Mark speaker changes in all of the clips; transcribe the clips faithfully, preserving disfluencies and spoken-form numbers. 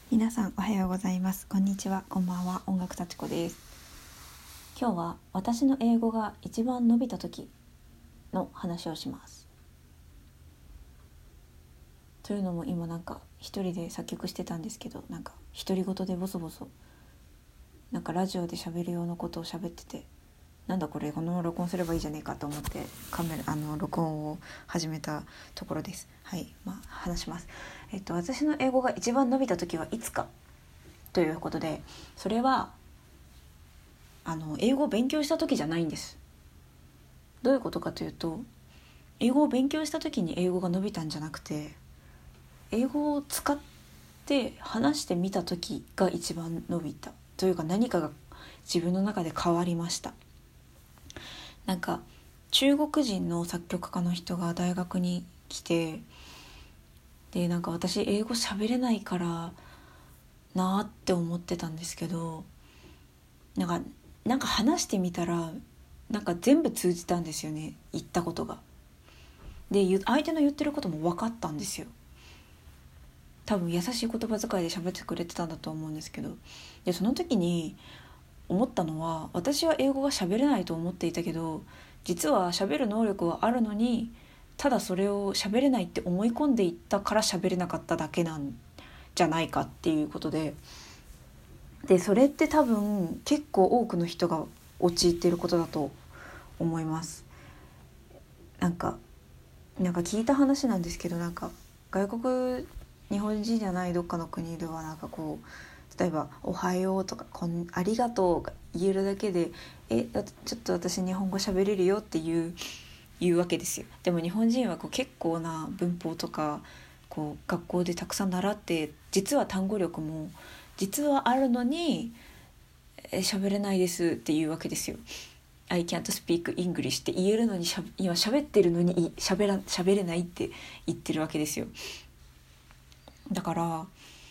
Speaker 1: 皆さんおはようございます。こんにちは、こんばんは。音楽幸子です。今日は私の英語が一番伸びた時の話をします。というのも今なんか一人で作曲してたんですけど、なんか独り言でボソボソなんかラジオで喋るようなことを喋ってて、なんだこれ、このまま録音すればいいじゃねえかと思ってカメラあの録音を始めたところです。はい、まあ話します。えっと私の英語が一番伸びた時はいつかということで、それはあの英語を勉強した時じゃないんです。どういうことかというと、英語を勉強した時に英語が伸びたんじゃなくて、英語を使って話してみた時が一番伸びたというか、何かが自分の中で変わりました。なんか中国人の作曲家の人が大学に来て、でなんか私英語喋れないからなーって思ってたんですけど、なんかなんか話してみたらなんか全部通じたんですよね、言ったことが。で相手の言ってることも分かったんですよ。多分優しい言葉遣いで喋ってくれてたんだと思うんですけど、でその時に思ったのは、私は英語が喋れないと思っていたけど、実は喋る能力はあるのに、ただそれを喋れないって思い込んでいったから喋れなかっただけなんじゃないかっていうことで、でそれって多分結構多くの人が陥っていることだと思います。なんかなんか聞いた話なんですけど、なんか外国日本人じゃないどっかの国ではなんかこう、例えばおはようとかこんありがとうが言えるだけで、えちょっと私日本語喋れるよっていう言うわけですよ。でも日本人はこう結構な文法とかこう学校でたくさん習って、実は単語力も実はあるのにえ喋れないですっていうわけですよ。I can't speak English って言えるのにしゃ今喋ってるのに喋ら喋れないって言ってるわけですよ。だから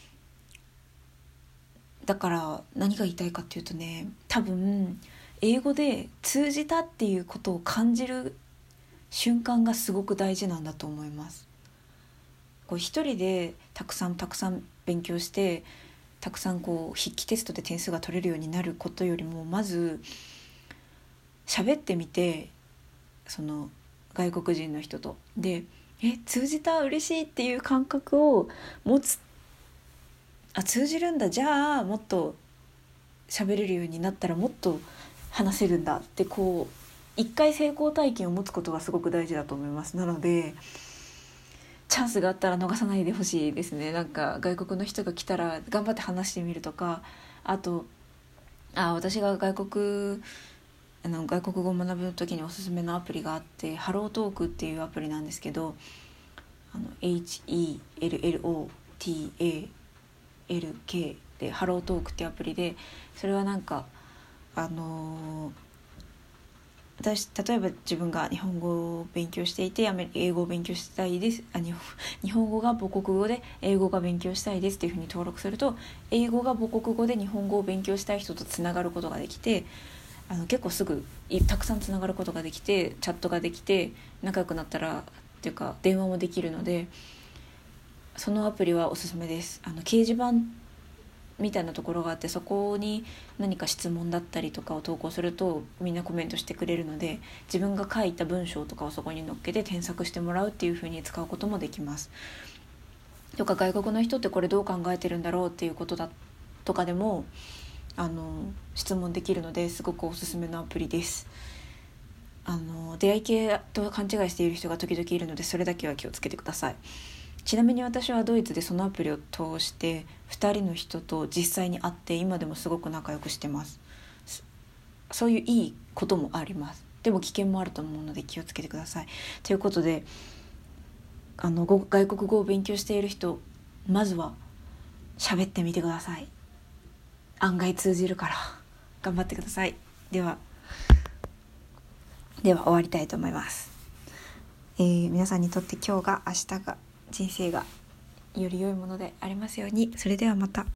Speaker 1: だから何が言いたいかっていうとね、多分英語で通じたっていうことを感じる瞬間がすごく大事なんだと思います。こう一人でたくさんたくさん勉強してたくさんこう筆記テストで点数が取れるようになることよりも、まず喋ってみて、その外国人の人とでえ通じた嬉しいっていう感覚を持つ。あ通じるんだ、じゃあもっと喋れるようになったらもっと話せるんだって、こう一回成功体験を持つことがすごく大事だと思います。なのでチャンスがあったら逃さないでほしいですね。なんか外国の人が来たら頑張って話してみるとか、あとあ私が外国あの外国語を学ぶ時におすすめのアプリがあって、ハロートークっていうアプリなんですけど、あの エイチイーエルエルオーティーエーエルケー でハロートークっていうアプリで、それはなんかあのー、私例えば自分が日本語を勉強していて英語を勉強したいですあ日本日本語が母国語で英語が勉強したいですっていうふうに登録すると、英語が母国語で日本語を勉強したい人とつながることができて、あの結構すぐたくさんつながることができて、チャットができて仲良くなったらっていうか電話もできるので、そのアプリはおすすめです。あの掲示板みたいなところがあって、そこに何か質問だったりとかを投稿するとみんなコメントしてくれるので、自分が書いた文章とかをそこに載っけて添削してもらうっていう風に使うこともできます。とか外国の人ってこれどう考えてるんだろうっていうことだとかでもあの質問できるので、すごくおすすめのアプリです。あの出会い系と勘違いしている人が時々いるので、それだけは気をつけてください。ちなみに私はドイツでそのアプリを通してふたりの人と実際に会って、今でもすごく仲良くしてます。そういういいこともあります。でも危険もあると思うので気をつけてください。ということで、あの外国語を勉強している人、まずは喋ってみてください。案外通じるから頑張ってください。ではでは終わりたいと思います。えー、皆さんにとって今日が明日が人生がより良いものでありますように。それではまた。